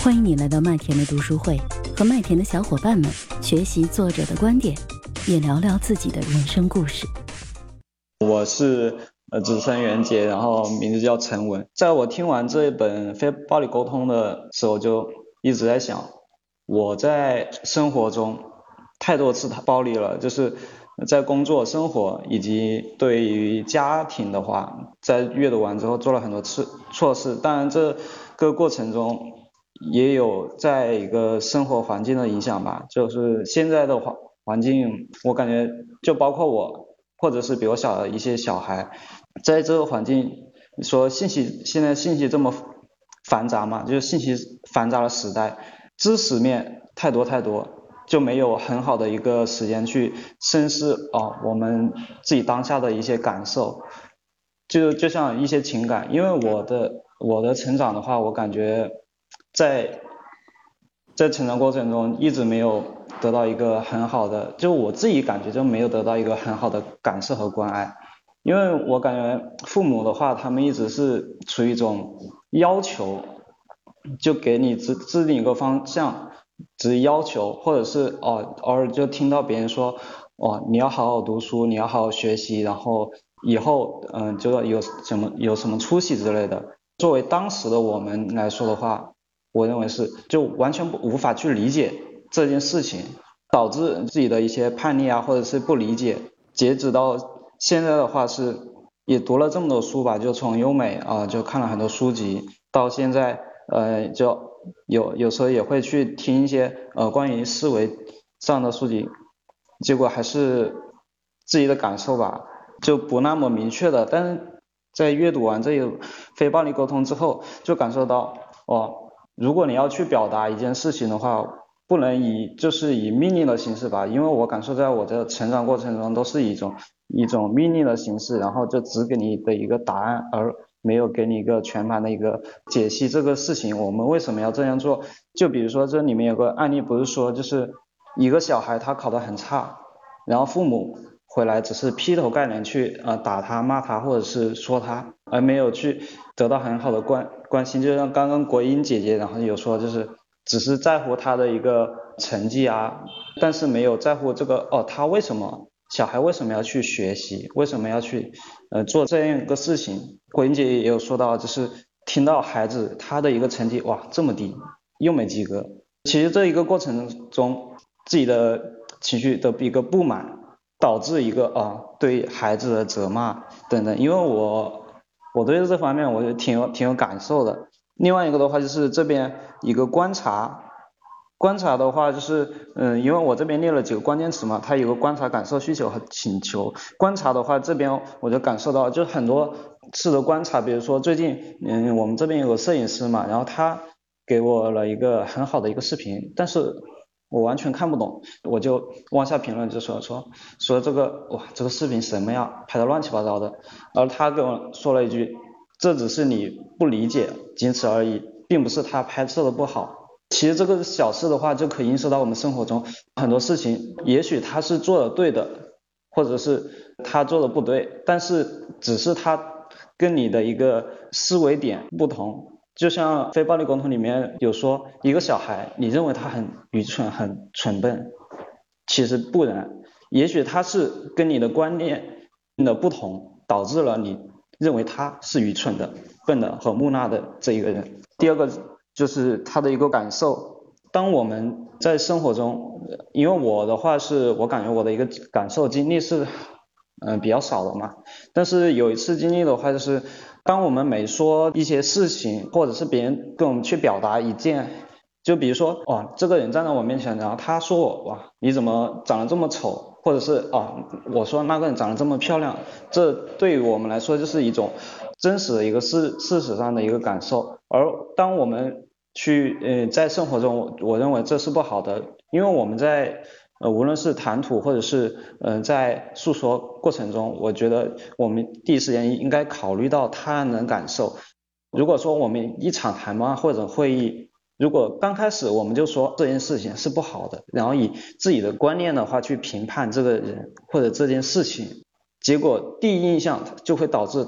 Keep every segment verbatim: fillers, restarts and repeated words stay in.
欢迎你来到麦田的读书会，和麦田的小伙伴们学习作者的观点，也聊聊自己的人生故事。 我是呃子申元杰，然后名字叫陈文。在我听完这一本非暴力沟通的时候，就一直在想，我在生活中太多次暴力了，就是在工作、生活以及对于家庭的话，在阅读完之后做了很多次错事。当然这个过程中也有在一个生活环境的影响吧，就是现在的环环境，我感觉就包括我，或者是比我小的一些小孩，在这个环境，说信息现在信息这么繁杂嘛，就是信息繁杂的时代，知识面太多太多，就没有很好的一个时间去深思哦我们自己当下的一些感受，就就像一些情感。因为我的我的成长的话，我感觉在在成长过程中一直没有得到一个很好的，就我自己感觉就没有得到一个很好的感受和关爱。因为我感觉父母的话，他们一直是处于一种要求，就给你制制定一个方向，只要求，或者是哦偶尔就听到别人说哦你要好好读书，你要好好学习，然后以后嗯就有什么有什么出息之类的。作为当时的我们来说的话，我认为是就完全不无法去理解这件事情，导致自己的一些叛逆啊，或者是不理解。截止到现在的话是也读了这么多书吧，就从优美啊、呃、就看了很多书籍，到现在呃就有有时候也会去听一些呃关于思维上的书籍，结果还是自己的感受吧，就不那么明确的。但是在阅读完这个非暴力沟通之后，就感受到哦，如果你要去表达一件事情的话，不能以就是以命令的形式吧，因为我感受在我的成长过程中都是一种一种命令的形式，然后就只给你的一个答案，而没有给你一个全盘的一个解析这个事情我们为什么要这样做。就比如说这里面有个案例，不是说就是一个小孩他考得很差，然后父母回来只是劈头盖脸去呃打他骂他或者是说他，而没有去得到很好的关关心。就像刚刚国英姐姐然后有说就是只是在乎他的一个成绩啊，但是没有在乎这个哦他为什么小孩为什么要去学习，为什么要去呃做这样一个事情。国英姐姐也有说到，就是听到孩子他的一个成绩哇这么低又没及格，其实这一个过程中自己的情绪的一个不满，导致一个啊对孩子的责骂等等。因为我我对这方面我就挺有挺有感受的。另外一个的话就是这边一个观察，观察的话就是嗯，因为我这边列了几个关键词嘛，它有个观察、感受、需求和请求。观察的话，这边我就感受到就很多次的观察，比如说最近嗯我们这边有个摄影师嘛，然后他给我了一个很好的一个视频，但是我完全看不懂，我就往下评论就说说说这个哇这个视频什么呀，拍的乱七八糟的。而他跟我说了一句，这只是你不理解，仅此而已，并不是他拍摄的不好。其实这个小事的话就可以映射到我们生活中很多事情，也许他是做的对的，或者是他做的不对，但是只是他跟你的一个思维点不同。就像非暴力沟通里面有说，一个小孩你认为他很愚蠢很蠢笨，其实不然，也许他是跟你的观念的不同，导致了你认为他是愚蠢的笨的和木讷的这一个人。第二个就是他的一个感受，当我们在生活中，因为我的话是我感觉我的一个感受经历是嗯、呃、比较少的嘛，但是有一次经历的话就是当我们每说一些事情，或者是别人跟我们去表达一件，就比如说哇这个人站在我面前，然后他说我哇你怎么长得这么丑，或者是啊我说那个人长得这么漂亮，这对于我们来说就是一种真实的一个事事实上的一个感受。而当我们去呃在生活中，我认为这是不好的，因为我们在呃无论是谈吐或者是呃在诉说过程中，我觉得我们第一时间应该考虑到他人的感受。如果说我们一场谈话或者会议，如果刚开始我们就说这件事情是不好的，然后以自己的观念的话去评判这个人或者这件事情，结果第一印象就会导致他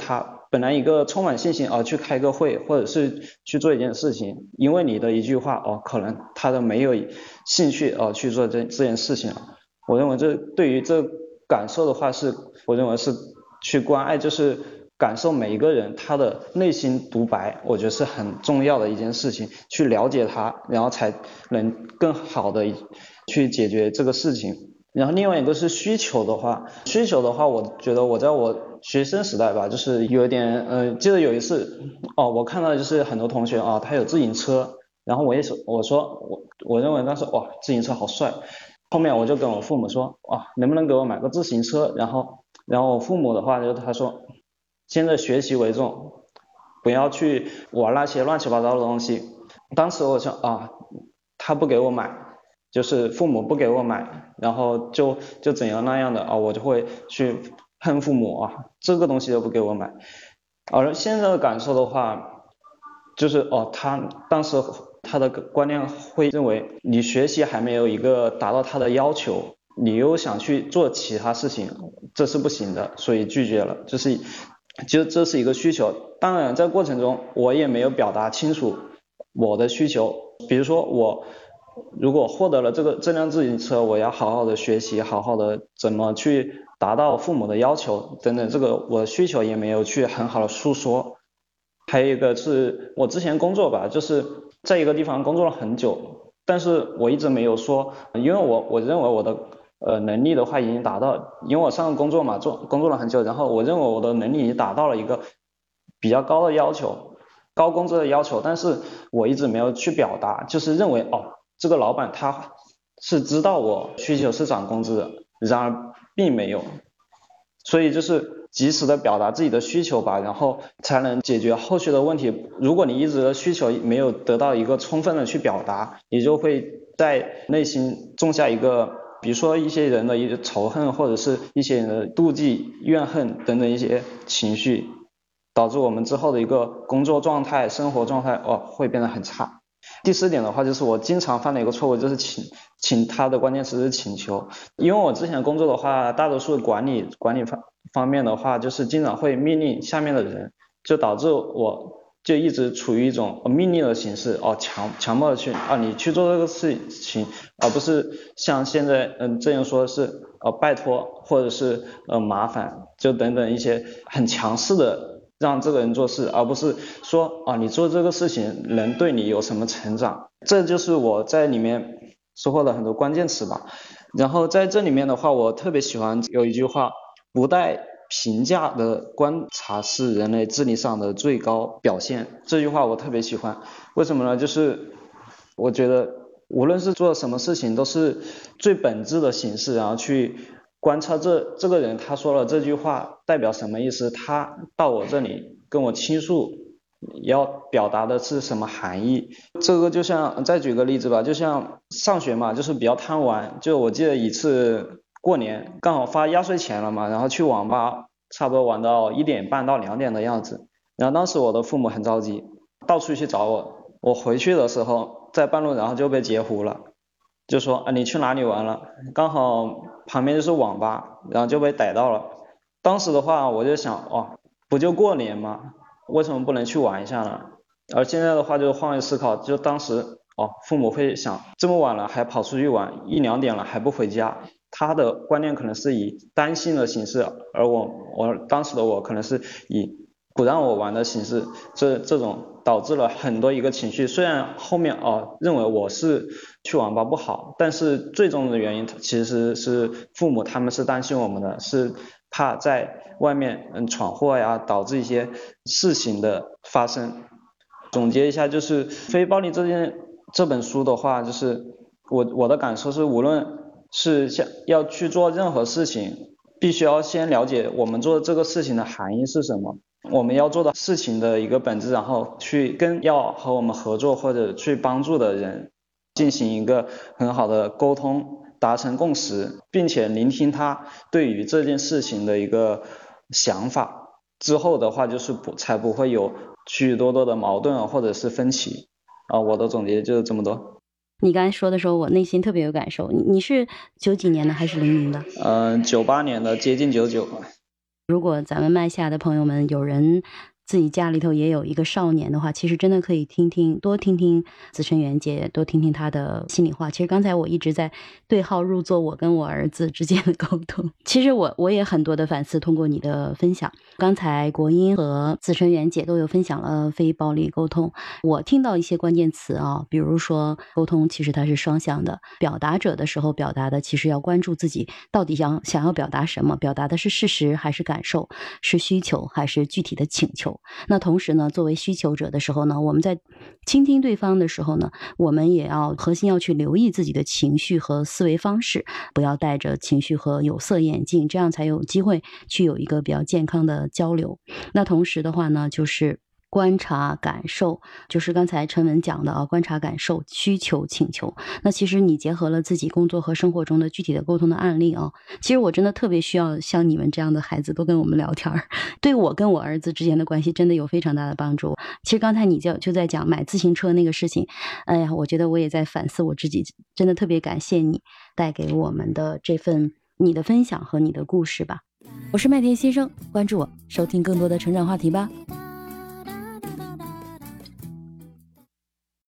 本来一个充满信心啊去开个会，或者是去做一件事情，因为你的一句话哦，可能他都没有兴趣啊去做这这件事情了。我认为这对于这感受的话是，我认为是去关爱，就是感受每一个人他的内心独白，我觉得是很重要的一件事情，去了解他，然后才能更好的去解决这个事情。然后另外一个是需求的话，需求的话，我觉得我在我学生时代吧，就是有点呃，记得有一次哦，我看到就是很多同学啊，他有自行车，然后我也是我说我我认为当时哇，自行车好帅，后面我就跟我父母说啊，能不能给我买个自行车？然后然后我父母的话就他说，现在学习为重，不要去玩那些乱七八糟的东西。当时我想啊，他不给我买，就是父母不给我买，然后就就怎样那样的啊，我就会去恨父母啊，这个东西都不给我买。而现在的感受的话，就是哦，他当时他的观念会认为你学习还没有一个达到他的要求，你又想去做其他事情，这是不行的，所以拒绝了。这是就这是一个需求。当然在过程中我也没有表达清楚我的需求，比如说我如果获得了这个这辆自行车，我要好好的学习，好好的怎么去达到父母的要求等等，这个我的需求也没有去很好的诉说。还有一个是我之前工作吧，就是在一个地方工作了很久，但是我一直没有说，因为我我认为我的呃能力的话已经达到，因为我上个工作嘛，做工作了很久，然后我认为我的能力已经达到了一个比较高的要求，高工资的要求，但是我一直没有去表达，就是认为哦，这个老板他是知道我需求是涨工资的，然而并没有，所以就是及时的表达自己的需求吧，然后才能解决后续的问题。如果你一直的需求没有得到一个充分的去表达，你就会在内心种下一个，比如说一些人的一个仇恨，或者是一些人的妒忌、怨恨等等一些情绪，导致我们之后的一个工作状态、生活状态哦会变得很差。第四点的话，就是我经常犯的一个错误，就是请请他的关键词是请求。因为我之前工作的话，大多数管理管理方方面的话，就是经常会命令下面的人，就导致我就一直处于一种命令的形式，哦强强迫的去啊你去做这个事情，而不是像现在嗯这样说是呃拜托或者是呃麻烦，就等等一些很强势的让这个人做事，而不是说啊你做这个事情能对你有什么成长。这就是我在里面收获了很多关键词吧。然后在这里面的话，我特别喜欢有一句话，不带评价的观察是人类智力上的最高表现。这句话我特别喜欢，为什么呢？就是我觉得无论是做什么事情都是最本质的形式，然后去观察这这个人他说了这句话代表什么意思，他到我这里跟我倾诉要表达的是什么含义。这个就像再举个例子吧，就像上学嘛，就是比较贪玩，就我记得一次过年刚好发压岁钱了嘛，然后去网吧差不多玩到一点半到两点的样子，然后当时我的父母很着急，到处去找我，我回去的时候在半路然后就被截胡了，就说啊你去哪里玩了，刚好旁边就是网吧，然后就被逮到了。当时的话我就想哦，不就过年吗，为什么不能去玩一下呢？而现在的话就换位思考，就当时哦父母会想这么晚了还跑出去玩，一两点了还不回家，他的观念可能是以担心的形式，而我我当时的我可能是以不让我玩的形式，这这种导致了很多一个情绪。虽然后面哦认为我是去网吧不好，但是最终的原因其实是父母他们是担心我们的，是怕在外面嗯闯祸呀，导致一些事情的发生。总结一下，就是非暴力这件这本书的话，就是我我的感受是，无论是想要去做任何事情，必须要先了解我们做这个事情的含义是什么，我们要做的事情的一个本质，然后去跟要和我们合作或者去帮助的人进行一个很好的沟通，达成共识，并且聆听他对于这件事情的一个想法。之后的话就是不才不会有许许多多的矛盾或者是分歧啊。我的总结就是这么多。 你刚才说的时候，我内心特别有感受。你你是九几年的还是零零的？ 嗯，九八年的，接近九九。 如果咱们麦下的朋友们有人自己家里头也有一个少年的话，其实真的可以听听多听听子琛元姐，多听听她的心里话。其实刚才我一直在对号入座我跟我儿子之间的沟通，其实我我也很多的反思通过你的分享。刚才国英和子琛元姐都有分享了非暴力沟通，我听到一些关键词啊，比如说沟通其实它是双向的，表达者的时候表达的其实要关注自己到底想想要表达什么，表达的是事实还是感受，是需求还是具体的请求。那同时呢，作为需求者的时候呢，我们在倾听对方的时候呢，我们也要核心要去留意自己的情绪和思维方式，不要带着情绪和有色眼镜，这样才有机会去有一个比较健康的交流。那同时的话呢，就是观察感受，就是刚才陈文讲的啊，观察感受需求请求。那其实你结合了自己工作和生活中的具体的沟通的案例啊，其实我真的特别需要像你们这样的孩子多跟我们聊天，对我跟我儿子之间的关系真的有非常大的帮助。其实刚才你就就在讲买自行车那个事情，哎呀，我觉得我也在反思我自己，真的特别感谢你带给我们的这份你的分享和你的故事吧。我是麦田先生，关注我，收听更多的成长话题吧。